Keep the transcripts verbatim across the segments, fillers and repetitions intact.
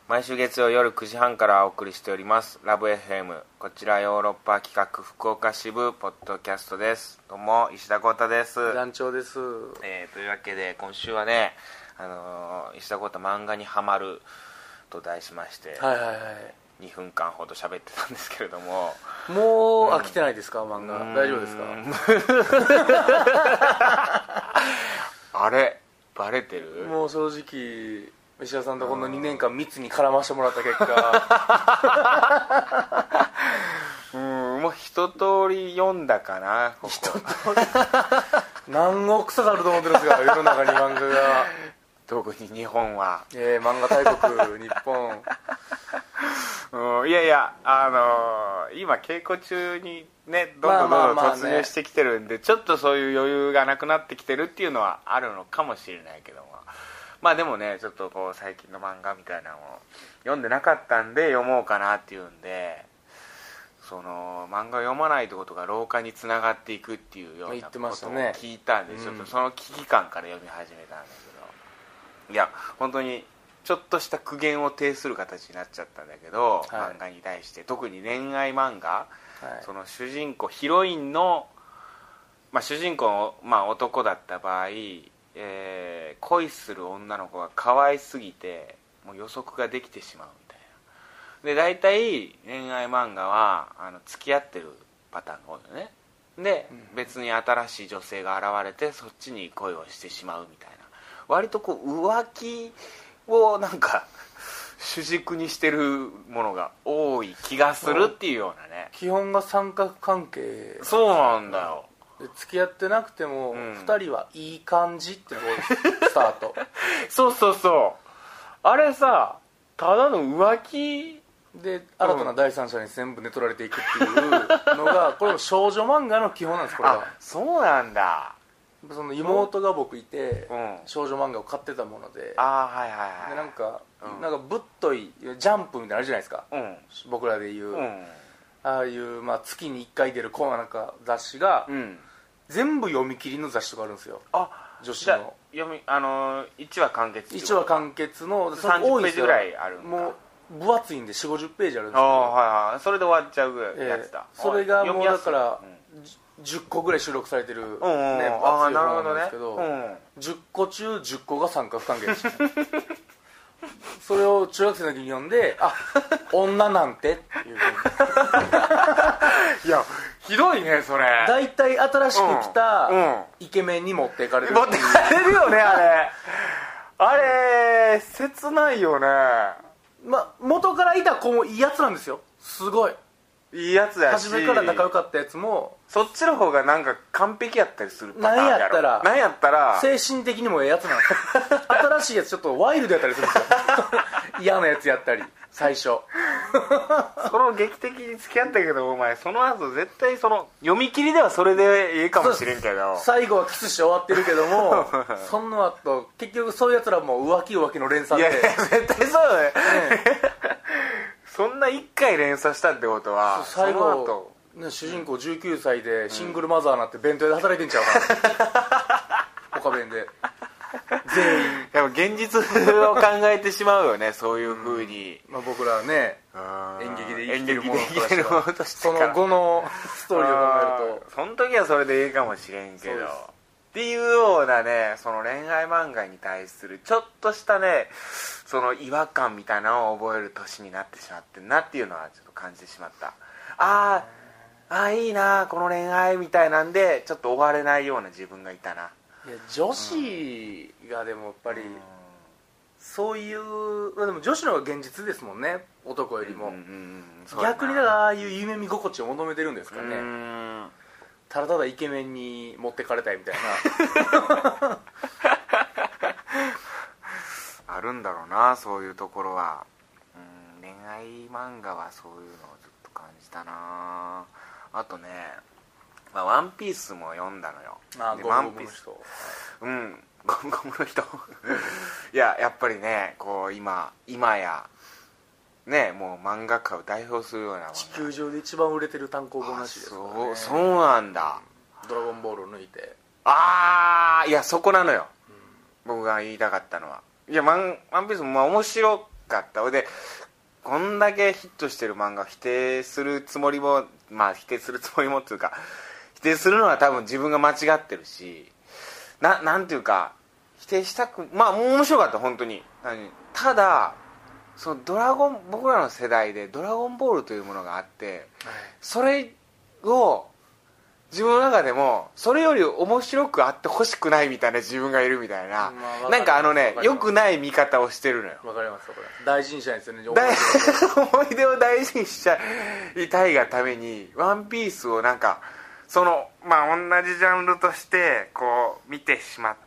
毎週月曜夜くじはんからお送りしておりますラブ エフエム。 こちらヨーロッパ企画福岡支部ポッドキャストです。どうも石田浩太です。 団長です。 えー、というわけで今週はね、あのー、石田浩太漫画にハマると題しまして、 はいはいはい、 にふんかんほど喋ってたんですけれども、 もう飽きてないですか、うん、漫画大丈夫ですか？ あれバレてる？ もう正直石田さんとこのにねんかん密に絡ましてもらった結果うんもう一通り読んだかな。 一通り何億冊あると思ってるんですか世の中に漫画が。 特に日本は、 えー、漫画大国日本うん、いやいやあのー、今稽古中にねどんどんどんどん突入してきてるんで、まあまあまあね、ちょっとそういう余裕がなくなってきてるっていうのはあるのかもしれないけども、まあでもねちょっとこう最近の漫画みたいなのを読んでなかったんで読もうかなっていうんで、その漫画を読まないってことが老化につながっていくっていうようなことを聞いたんで、ちょっとその危機感から読み始めたんだけど、いや本当にちょっとした苦言を呈する形になっちゃったんだけど、はい、漫画に対して特に恋愛漫画、はい、その主人公ヒロインの、まあ、主人公の、まあ、男だった場合、えー、恋する女の子が可愛すぎてもう予測ができてしまうみたいな。で大体恋愛漫画はあの付き合ってるパターンが多いよね。で、うん、別に新しい女性が現れてそっちに恋をしてしまうみたいな、割とこう浮気をなんか主軸にしてるものが多い気がするっていうようなね。 基本が三角関係。 そうなんだよ。 で付き合ってなくても、うん、ふたりはいい感じっていうのがスタートそうそうそう、あれさただの浮気で新たな第三者に全部寝取られていくっていうのがこれも少女漫画の基本なんです。これはあそうなんだ。 その妹が僕いて、うん、少女漫画を買ってたもので、 あはいはいはい、 でなんか、うん、なんかぶっといジャンプみたいなのあるじゃないですか、うん、僕らでいう、うん、ああいう、まあ、月にいっかい出るコーナーなんか雑誌が、うん、全部読み切りの雑誌とかあるんですよ。あ女子の読み、あのー、いちわ完結いちわ完結のさんじゅっページぐらいあるんだ。 もう分厚いんで よんじゅうごじゅっページあるんですけど、 あ、はいはい、それで終わっちゃうやつだ、 えー、それがもうだから、うんじゅっこぐらい収録されてる、ね、分厚い本なんですけど、うん、じゅっこ中じゅっこが三角関係でしたそれを中学生の時に読んで、あ女なんてっていうふうにいやひどいねそれ。 大体新しく来たイケメンに持っていかれる、 持っていかれるよねあれあれ切ないよね。 ま、元からいた子もいいやつなんですよ。すごいいいやつだし、 初めから仲良かったやつもそっちの方がなんか完璧やったりするパターンやろ。なんやったらなんやったら精神的にもええやつなんですよ新しいやつちょっとワイルドやったりするんですよ嫌なやつやったり最初その劇的に付き合ったけどお前その後絶対その読み切りではそれでいいかもしれんけど最後はキスして終わってるけどもその後結局そういうやつらも浮気浮気の連鎖で。 いやいや絶対そうだね、ねそんないっかい連鎖したってことは最後その後、ね、主人公じゅうきゅうさいでシングルマザーになって弁当で働いてんちゃうかな他弁で全員やっぱ現実を考えてしまうよねそういう風に、 うんまあ、僕らはね演劇で生きてるものとしてその後のストーリーを考えるとその時はそれでいいかもしれんけどっていうようなねその恋愛漫画に対するちょっとしたねその違和感みたいなのを覚える年になってしまってるなっていうのはちょっと感じてしまった。あーあーいいなこの恋愛みたいなんでちょっと終われないような自分がいたな。 いや女子がでもやっぱり、うん、そういうでも女子の方が現実ですもんね男よりも、うんうんうん、逆にだからああいう夢見心地を求めてるんですかね。うんただただイケメンに持ってかれたいみたいなあるんだろうなそういうところは。うん恋愛漫画はそういうのをずっと感じたな。あとね、まあ、ワンピースも読んだのよ。 あゴムゴムの人。 うんゴムゴムの人いややっぱりねこう今今やねもう漫画家を代表するような地球上で一番売れてる単行本らしいですからね。 そうそうなんだ、 うん、ドラゴンボールを抜いて。 ああいやそこなのよ、うん、僕が言いたかったのは。いやワンピースもまあ面白かったで、こんだけヒットしてる漫画を否定するつもりもまあ否定するつもりもっていうか否定するのは多分自分が間違ってるし、ななんていうか否定したくまあ面白かった本当に。ただそのドラゴン僕らの世代でドラゴンボールというものがあって、はい、それを自分の中でもそれより面白くあってほしくないみたいな自分がいるみたいな、まあ、なんかあのね良くない見方をしてるのよ。 わかりますわかります。大事にしたいですよね。 思い出を大事にしちゃいたいがためにワンピースをなんかそのまあ同じジャンルとしてこう見てしまって、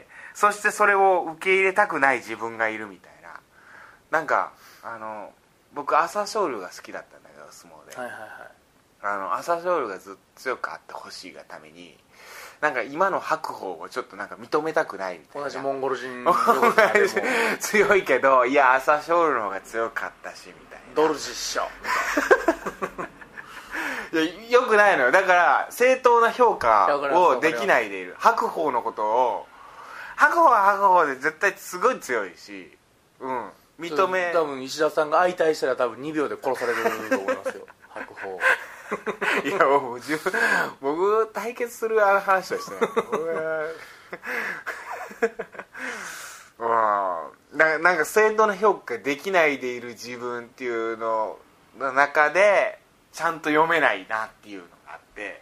そしてそれを受け入れたくない自分がいるみたいな。なんかあの僕朝青龍が好きだったんだけど相撲で、はいはいはい、あの朝青龍がずっと強くあってほしいがためになんか今の白鵬をちょっとなんか認めたくないみたいな。 同じモンゴル人強いけどいや朝青龍の方が強かったしみたいな。 ドルジッショいやよくないのよ。だから正当な評価をできないでいる。白鵬のことを白鵬は白鵬で絶対すごい強いし、うん認め多分石田さんが相対したら多分にびょうで殺されると思いますよ白鵬いやもう自分僕対決する話としてな, なんか正当な評価できないでいる自分っていうのの中でちゃんと読めないなっていうのがあって、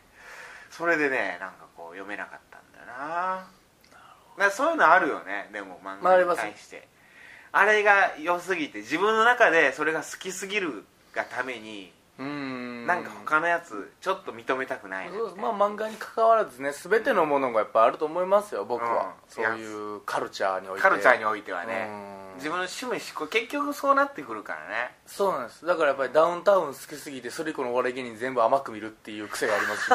それでねなんかこう読めなかったんだよな。だそういうのあるよね。でも漫画に対して、まあ、あ, あれが良すぎて自分の中でそれが好きすぎるがためにうーんなんか他のやつちょっと認めたくないなみたいな。 まあ漫画に関わらずね全てのものがやっぱあると思いますよ僕は、うん、そういうカルチャーにおいてカルチャーにおいてはね自分の趣味思考結局そうなってくるからね。 そうなんです。だからやっぱりダウンタウン好きすぎてそれ以降のお笑い芸人全部甘く見るっていう癖がありますし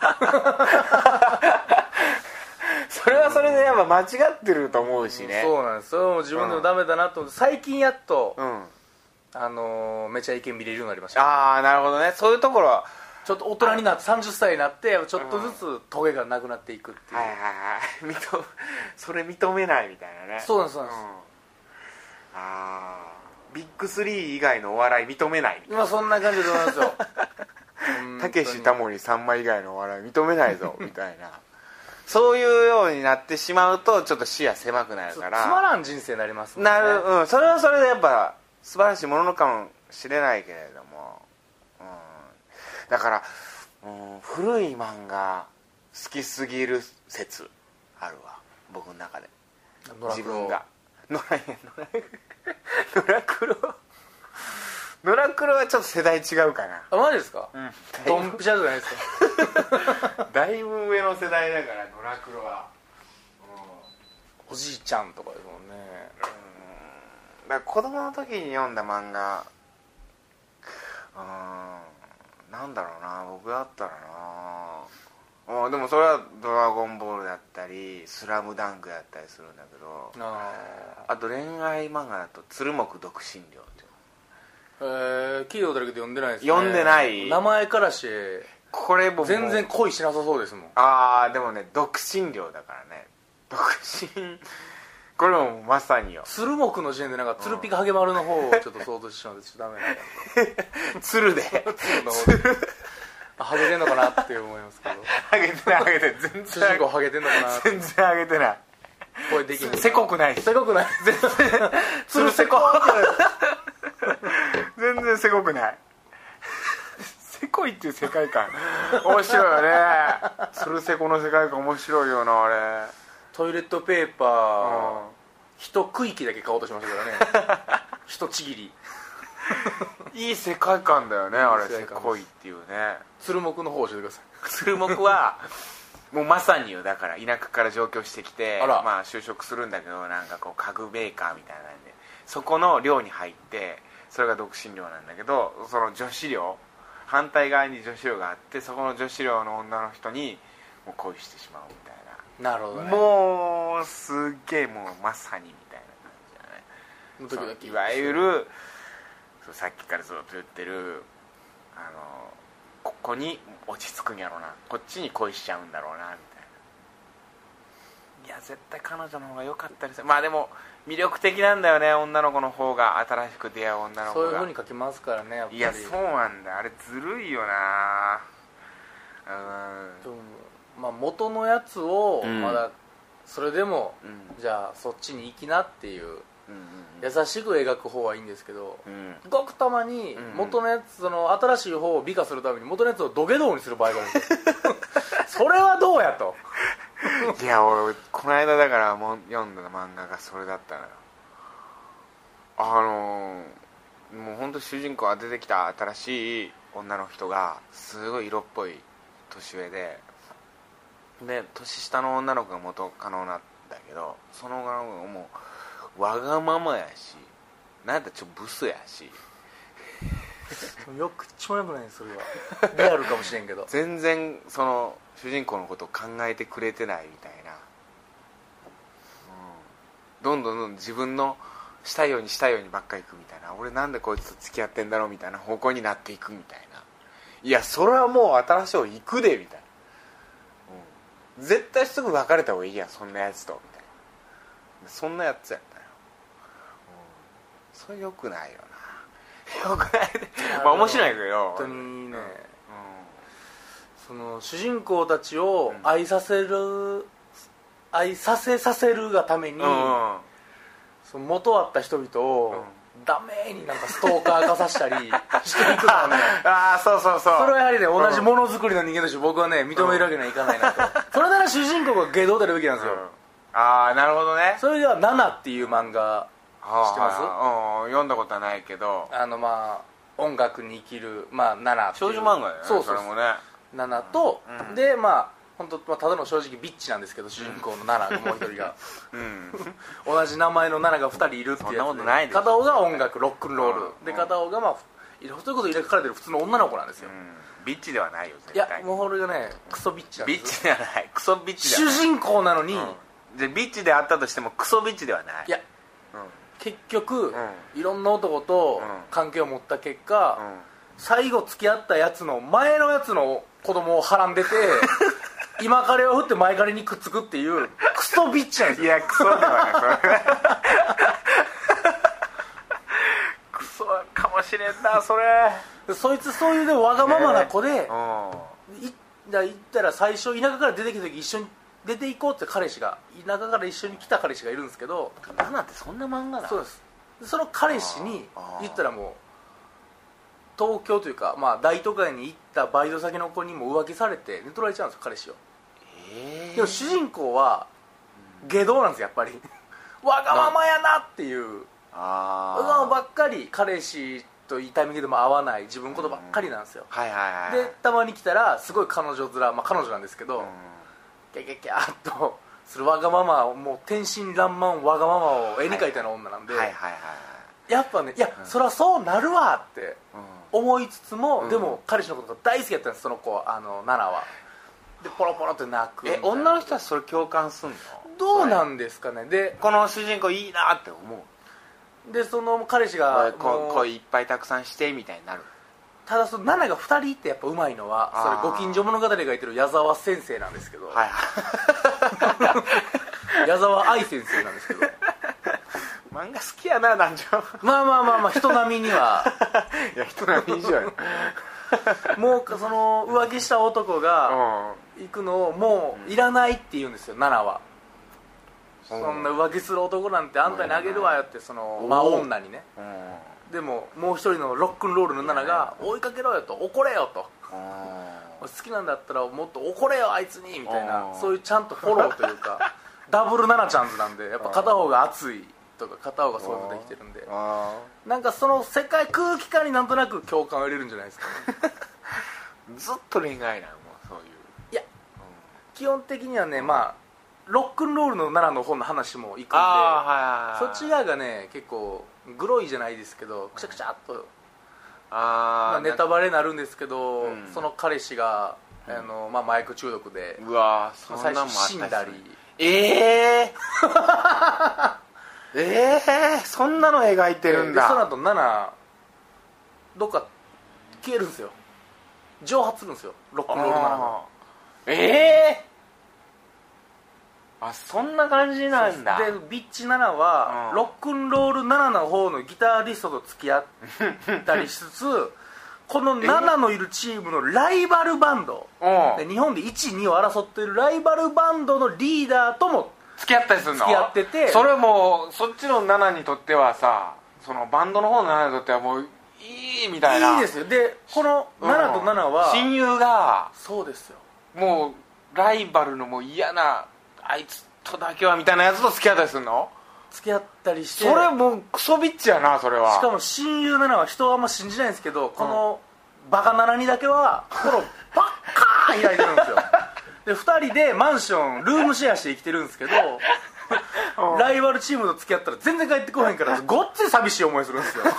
それはそれでやっぱ間違ってると思うしね、 うん、そうなんです。それも自分でもダメだなと思って、うん、最近やっと、うんあのー、めちゃイケ見れるようになりました、ね、 ああなるほどね。そういうところはちょっと大人になってさんじゅっさいになってちょっとずつトゲがなくなっていくっていう、 はいはいはい認それ認めないみたいなね。 そうなんですそうなんです、うん、 ああビッグスリー以外のお笑い認めないみたいな、 まあそんな感じでございますよたけしタモリさんま以外のお笑い認めないぞみたいなそういうようになってしまうとちょっと視野狭くなるからつまらん人生になりますもんね。 なる、うん、それはそれでやっぱ素晴らしいものかもしれないけれども、うん、だから、うん、古い漫画好きすぎる説あるわ僕の中で。自分が野良野良黒野良黒はちょっと世代違うかな。 あマジですか、うん、ドンピシャじゃないですかだいぶ上の世代だから野良黒は、 うん、おじいちゃんとかですもんね。 うんだから子供の時に読んだ漫画うんなんだろうな僕だったらなでもそれはドラゴンボールだったりスラムダンクだったりするんだけど あ, あと恋愛漫画だと鶴木独身寮っていうえー、聞いたことあるけど読んでないですね。 読んでない。 名前からしてこれも全然恋しなさそうですもん。 ああでもね独身寮だからね独身これもまさによ鶴木の時点でなんか鶴ピカハゲマルの方をちょっと想像してしまうんですダメなんだ鶴で鶴の方でハゲてんのかなって思いますけどハゲてないハゲてない全然主人公ハゲてんのかな全然ハゲてないこれできんせこくないせこくない全然鶴せこ全然せこくないせこいっていう世界観面白いよね鶴せこの世界観面白いよなあれ。 トイレットペーパー、うん、一区域だけ買おうとしましたからね一ちぎりいい世界観だよねあれせこいっていうね。 鶴木の方教えてください。 鶴木はもうまさによだから田舎から上京してきてまあ就職するんだけどなんかこう家具メーカーみたいなんでそこの寮に入ってそれが独身寮なんだけどその女子寮反対側に女子寮があってそこの女子寮の女の人にもう恋してしまうみたいな。 なるほどね。 もうすっげえもうまさにみたいな感じだね。いわゆるそうさっきからずっと言ってるあのここに落ち着くんやろうなこっちに恋しちゃうんだろうなみたいな。いや絶対彼女の方が良かったりする。まあでも魅力的なんだよね、女の子の方が、新しく出会う女の子が。 そういう風に書きますからね、やっぱり。 いやそうなんだ、あれずるいよな。うん、 まあ、元のやつをまだそれでも、 うん、 じゃあそっちに行きなっていう、 うんうん、 優しく描く方はいいんですけど、 うん、 ごくたまに元のやつ、その新しい方を美化するために元のやつを土下座にする場合があるんですよそれはどうやといや俺この間だからもう読んだ漫画がそれだったのよ。あのー、もう本当主人公が出てきた新しい女の人がすごい色っぽい年上で、で年下の女の子が元カノなんだけど、その女の子がもうわがままやし、なんだちょっとブスやしよく一番よくないです、それはリアルかもしれんけど全然その主人公のことを考えてくれてないみたいな、うん、どんどんどんどん自分のしたいようにしたいようにばっかりいくみたいな、俺なんでこいつと付き合ってんだろうみたいな方向になっていくみたいな、いやそれはもう新しい方行くでみたいな、うん、絶対すぐ別れた方がいいやんそんなやつとみたいな、そんなやつやったよ、うん、それよくないよなよくないまあ面白いけど本当にね、うん、その主人公たちを愛させる、うん、愛させさせるがために、うん、その元あった人々を、うん、ダメになんかストーカー化させたりしていくのはねああそうそうそう、 それはやはりね、同じものづくりの人間として僕はね認めるわけにはいかないなと、うん、それなら主人公が下道であるべきなんですよ、うん、 ああなるほどね。 それではナナっていう漫画知ってます？ うん、読んだことはないけど、 あのまあ音楽に生きる、まあ、ナナっていう少女漫画だよね。 そうそうそう、 それもねナナと、 うん、 でまあ本当、まあ、ただの正直ビッチなんですけど、主人公のナナがもう一人が、うん、同じ名前のナナがふたりいるっていうやつで、 そんなことないですよ。 片方が音楽ロックンロール、うん、で片方がまあそういうことで描かれてる普通の女の子なんですよ、うん、 ビッチではないよ絶対。 いやもうこれがねクソビッチなんです。 ビッチではない、クソビッチではない。 主人公なのに、うん、 でビッチであったとしてもクソビッチではない。 いや、うん、結局、うん、いろんな男と関係を持った結果、うん、最後付き合ったやつの前のやつの子供をはらんでて今彼を振って前彼にくっつくっていうクソビッチなんですよ。 いやクソではないそれクソかもしれんなそれ。 そいつそういうでわがままな子で、えー、いだ言ったら最初田舎から出てきた時一緒に出て行こうって彼氏が田舎から一緒に来た彼氏がいるんですけど、 ナナってそんな漫画なの？ そうです。その彼氏に言ったらもう東京というか、まあ、大都会に行ったバイト先の子にも浮気されて寝取られちゃうんですよ彼氏を、えー、でも主人公は下道なんですよやっぱりわがままやなっていう、あわがままばっかり、彼氏といいタイミングでも合わない自分のことばっかりなんですよ、 はいはいはい、 でたまに来たらすごい彼女面、まあ、彼女なんですけど、うん、キャキャキャーっとするわがままを、もう天真爛漫わがままを絵に描いたような女なんで、はいはいはいはい、やっぱね、いや、うん、そりゃそうなるわって思いつつも、うん、でも彼氏のことが大好きだったんですその子、あのナナは。でポロポロって泣く。 え、女の人はそれ共感すんの？ どうなんですかね。でこの主人公いいなって思う。でその彼氏が恋いっぱいたくさんしてみたいになる。 ただそのナナがふたりってやっぱうまいのは、それご近所物語が書いてる矢沢先生なんですけど、はい矢沢愛先生なんですけど漫画好きやな男女まあまあまあまあ人並みにはいや人並み以上やもうその浮気した男が行くのをもういらないって言うんですよナナは。そんな浮気する男なんてあんたにあげるわよってその魔女にね。でももう一人のロックンロールのナナが追いかけろよと、怒れよと、好きなんだったらもっと怒れよあいつにみたいな、そういうちゃんとフォローというかダブルナナちゃんズなんで、やっぱ片方が熱いとか片方がそういうのできてるんで、なんかその世界空気感になんとなく共感を入れるんじゃないですか、ね、 ずっと恋愛なのもうそういう。 いや、うん、基本的にはね、まあロックンロールのナナの方の話もいくんで、 はい、 そっち側がね結構グロいじゃないですけどくちゃくちゃっと、 あ、 まあ、ネタバレになるんですけど、うん、その彼氏が、うん、あのまあ、麻薬中毒で、 うわそんなもんあったし最初死んだり、 ええー、ええー、そんなの描いてるんだ。 でその後ナナどっか消えるんですよ、蒸発するんですよロックンロールナナが。 ええあ、そんな感じなんだ。 でビッチななは、うん、ロックンロールななの方のギタリストと付き合ったりしつつこのななのいるチームのライバルバンドで日本でいち、にを争っているライバルバンドのリーダーとも付き合ったりするの？ 付き合ってて、 それもそっちのななにとってはさ、そのバンドの方のななにとってはもういいみたいな。 いいですよ。でこのななとななは、 うん、親友がそうですよ、 もうライバルのもう嫌なあいつとだけはみたいなやつと付き合ったりするの？ 付き合ったりして、 それもうクソビッチやな。それはしかも親友ななは人はあんま信じないんですけど、このバカななにだけは心バッカーン開いてるんですよでふたりでマンションルームシェアして生きてるんですけどライバルチームと付き合ったら全然帰ってこへんからごっつい寂しい思いするんですようわ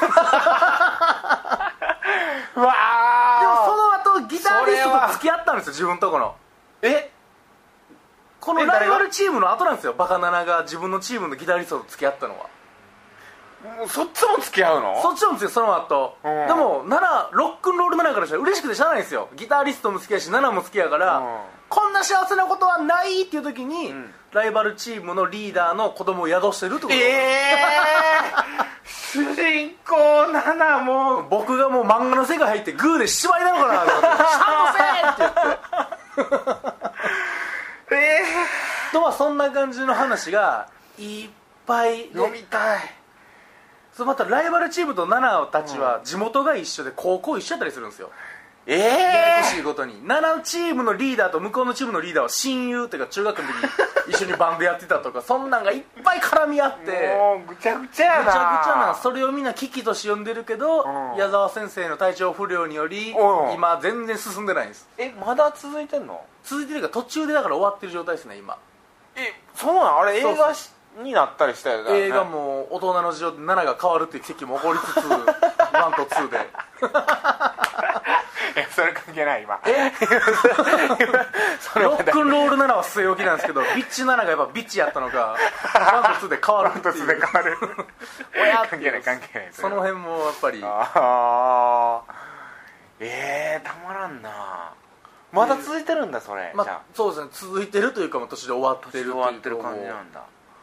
ー、でもその後ギタリストと付き合ったんですよ、自分のとこの。 えこのライバルチームの後なんですよ、バカナナが自分のチームのギタリストと付き合ったのは。 もうそっちも付き合うの？ そっちなんですよ、その後、うん、でもななロックンロールななからしたら嬉しくてしゃあないんですよ。ギタリストも好きやしななも好きやから、うん、こんな幸せなことはないっていう時に、うん、ライバルチームのリーダーの子供を宿してるってこと。 えー主人公ななもう僕がもう漫画の世界入ってグーで芝居なのかなと思って「シャンのせー!」って言ってえーとはそんな感じの話がいっぱい読みたい。 そう、またライバルチームとナナたちは地元が一緒で高校一緒だったりするんですよ。 ええー、 ややこしいことにナナチームのリーダーと向こうのチームのリーダーは親友っていうか中学の時に一緒にバンドやってたとかそんなんがいっぱい絡み合ってもうぐちゃぐちゃやな。 ぐちゃぐちゃな。それをみんな危機として呼んでるけど、うん、矢沢先生の体調不良により、うん、今全然進んでないんです。 え、まだ続いてんの？ 続いてるから途中でだから終わってる状態ですね今。 え、そうなん？あれ映画になったりしたよね。 映画も大人の事情でななが変わるっていう奇跡も起こりつつワンとツーでいやそれ関係ない今。 えロックンロールななは据え置きなんですけどビッチなながやっぱビッチやったのかワンとツーで変わるっていう。ワンとツーで変わる親関係ない関係ない。その辺もやっぱりああえー、たまらんな。まだ続いてるんだそれ、 まあ、そうですね、続いてるというかもう年で終わってるという終わってる感じなんだ。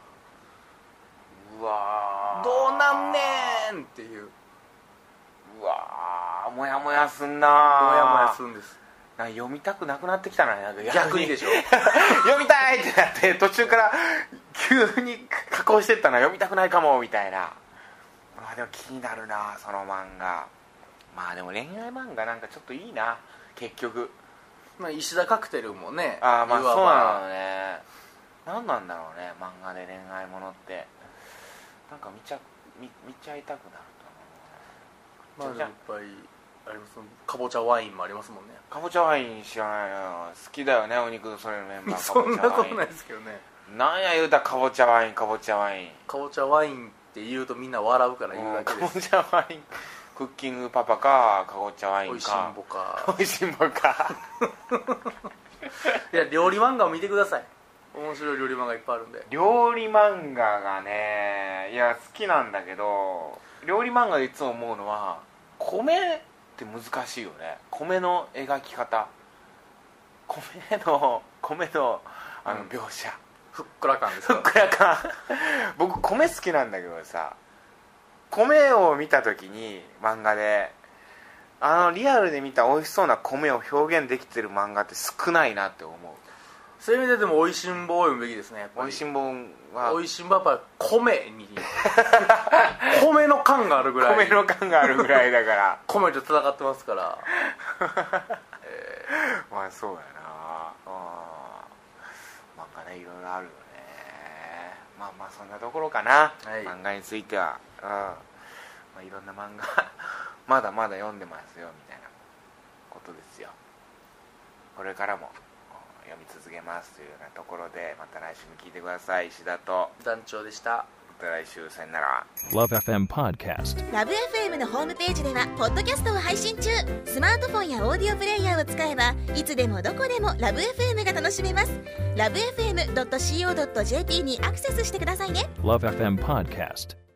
うわどうなんねんっていう。 うわもやもやすんな。 もやもやするんです。 なんか読みたくなくなってきたな。なんか逆にでしょ読みたいってなって途中から急に加工してったら読みたくないかもみたいな。まあでも気になるなその漫画。まあでも恋愛漫画なんかちょっといいな結局。 まあ、石田カクテルもね。 ああまあそうなのね。何なんだろうね漫画で恋愛ものって。なんか見ちゃ 見, 見ちゃいたくなると思う。まあいっぱいあります。かぼちゃワインもありますもんね。 かぼちゃワイン知らないな。好きだよねお肉それのメンバー。 そんなことないですけどね。 なんや言うたらかぼちゃワインかぼちゃワインかぼちゃワインって言うとみんな笑うから言うだけです。 かぼちゃワインクッキングパパかかぼちゃワインかおいしんぼかおいしんぼかいや料理漫画を見てください。面白い料理漫画いっぱいあるんで。 料理漫画がねいや好きなんだけど料理漫画でいつも思うのは米って難しいよね。米の描き方米の米のあの描写、うん、 ふっくら感ですか。 ふっくら感僕米好きなんだけどさ米を見た時に漫画であのリアルで見た美味しそうな米を表現できてる漫画って少ないなって思う。 そういう意味ででもおいしんぼを読むべきですね。 おいしんぼはおいしんぼはやっぱ米に米の感があるぐらい米の感があるぐらいだから米と戦ってますから、 えー、まあそうやなあ漫画ねいろいろあるよね。まあまあそんなところかな、はい、漫画については、うんまあ、いろんな漫画まだまだ読んでますよみたいなことですよ。これからも読み続けますというようなところでまた来週も聞いてください。石田と団長でした。 また来週さよなら。 ラブエフエム Podcast ラブ エフエム のホームページではポッドキャストを配信中。スマートフォンやオーディオプレイヤーを使えばいつでもどこでもラブ エフエム が楽しめます。ラブ エフエムドットシーオードットジェーピー にアクセスしてくださいね。 ラブエフエム Podcast